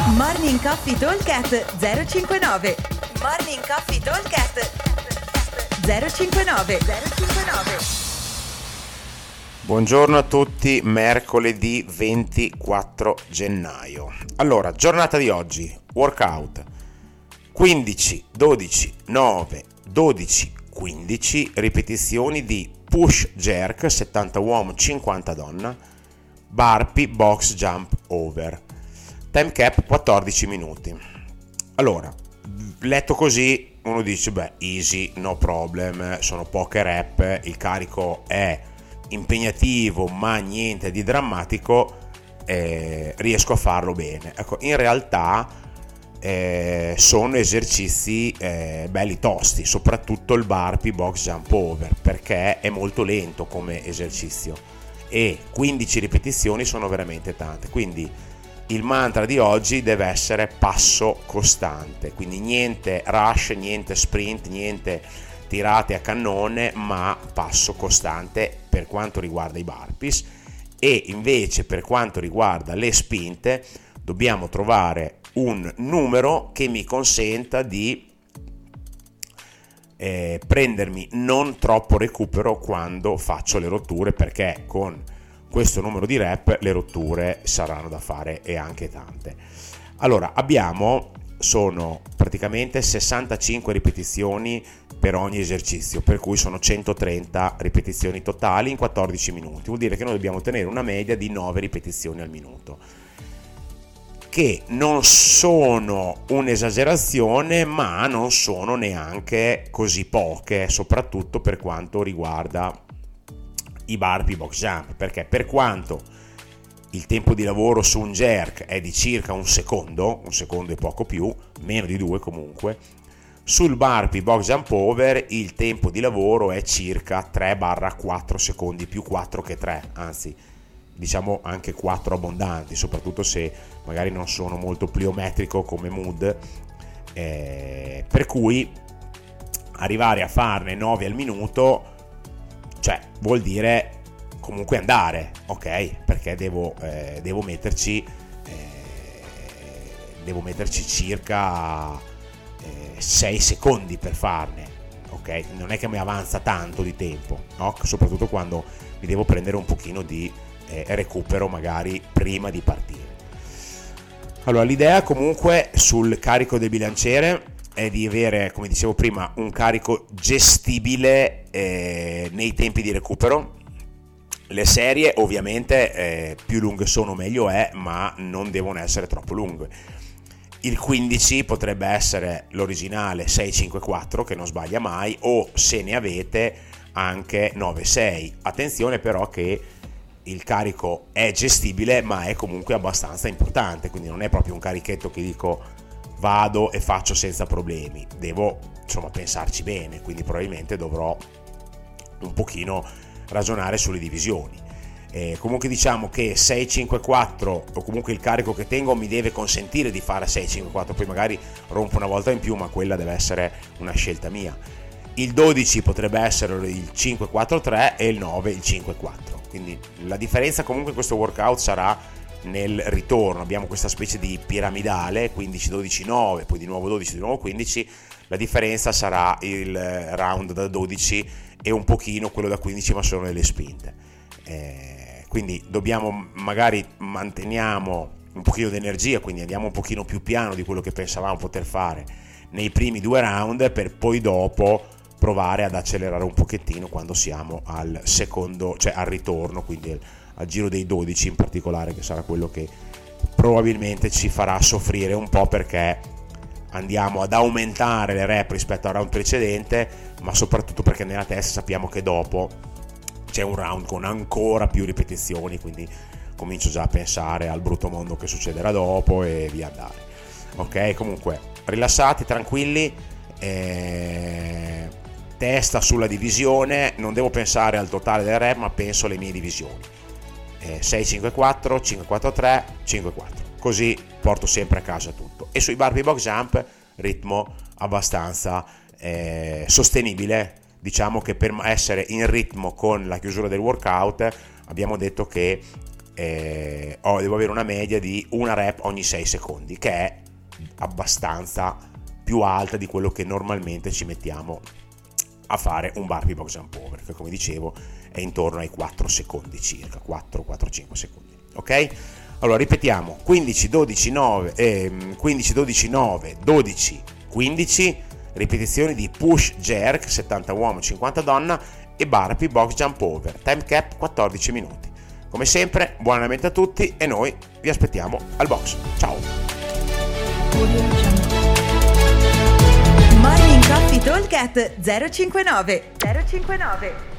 Morning Coffee Talkcast 059. Morning Coffee Talkcast 059. Buongiorno a tutti, mercoledì 24 gennaio. Allora, giornata di oggi, workout 15, 12, 9, 12, 15, ripetizioni di push jerk 70 uomo, 50 donna, burpee box jump over, time cap 14 minuti. Allora, letto così uno dice easy, no problem, sono poche rep, il carico è impegnativo ma niente di drammatico, riesco a farlo bene. Ecco, in realtà sono esercizi belli tosti, soprattutto il burpee box jump over, perché è molto lento come esercizio e 15 ripetizioni sono veramente tante, quindi il mantra di oggi deve essere passo costante, quindi niente rush, niente sprint, niente tirate a cannone, ma passo costante per quanto riguarda i burpees. E invece per quanto riguarda le spinte dobbiamo trovare un numero che mi consenta di prendermi non troppo recupero quando faccio le rotture, perché con questo numero di rep le rotture saranno da fare e anche tante. Allora sono praticamente 65 ripetizioni per ogni esercizio, per cui sono 130 ripetizioni totali in 14 minuti. Vuol dire che noi dobbiamo tenere una media di 9 ripetizioni al minuto, che non sono un'esagerazione, ma non sono neanche così poche, soprattutto per quanto riguarda i burpee box jump, perché per quanto il tempo di lavoro su un jerk è di circa un secondo e poco più, meno di 2 comunque, sul burpee box jump over il tempo di lavoro è circa 3-4 secondi, più 4 che 3, anzi diciamo anche 4 abbondanti, soprattutto se magari non sono molto pliometrico come mood, per cui arrivare a farne 9 al minuto, cioè vuol dire comunque andare, ok? Perché devo metterci circa 6 secondi per farne, ok? Non è che mi avanza tanto di tempo, no? Soprattutto quando mi devo prendere un pochino di recupero magari prima di partire. Allora, l'idea comunque sul carico del bilanciere è di avere, come dicevo prima, un carico gestibile nei tempi di recupero. Le serie ovviamente più lunghe sono meglio è, ma non devono essere troppo lunghe. Il 15 potrebbe essere l'originale 6-5-4, che non sbaglia mai, o se ne avete anche 9-6. Attenzione però che il carico è gestibile, ma è comunque abbastanza importante, quindi non è proprio un carichetto che dico vado e faccio senza problemi, devo pensarci bene, quindi probabilmente dovrò un pochino ragionare sulle divisioni. Comunque diciamo che 6-5-4 o comunque il carico che tengo mi deve consentire di fare 6-5-4, poi magari rompo una volta in più, ma quella deve essere una scelta mia. Il 12 potrebbe essere il 5-4-3 e il 9 il 5-4, quindi la differenza comunque in questo workout sarà nel ritorno. Abbiamo questa specie di piramidale 15-12-9, poi di nuovo 12, di nuovo 15. La differenza sarà il round da 12 e un pochino quello da 15, ma solo nelle spinte. Quindi manteniamo un pochino di energia, quindi andiamo un pochino più piano di quello che pensavamo poter fare nei primi 2 round, per poi dopo provare ad accelerare un pochettino quando siamo al secondo, cioè al ritorno, quindi al giro dei 12 in particolare, che sarà quello che probabilmente ci farà soffrire un po', perché andiamo ad aumentare le rep rispetto al round precedente, ma soprattutto perché nella testa sappiamo che dopo c'è un round con ancora più ripetizioni, quindi comincio già a pensare al brutto mondo che succederà dopo e via andare. Ok, comunque rilassati, tranquilli, testa sulla divisione, non devo pensare al totale del rep, ma penso alle mie divisioni. 6-5-4, 5-4-3, 5-4, così porto sempre a casa tutto. E sui burpee box jump ritmo abbastanza sostenibile. Diciamo che per essere in ritmo con la chiusura del workout abbiamo detto che devo avere una media di una rep ogni 6 secondi, che è abbastanza più alta di quello che normalmente ci mettiamo a fare un burpee box jump over, che come dicevo è intorno ai 4 secondi circa, 4-5 secondi. Ok? Allora ripetiamo: 15 12 9 15 12 9 12 15 ripetizioni di push jerk, 70 uomo 50 donna, e burpee box jump over, time cap 14 minuti. Come sempre, buon allenamento a tutti e noi vi aspettiamo al box. Ciao! Morning Coffee Talk at 059.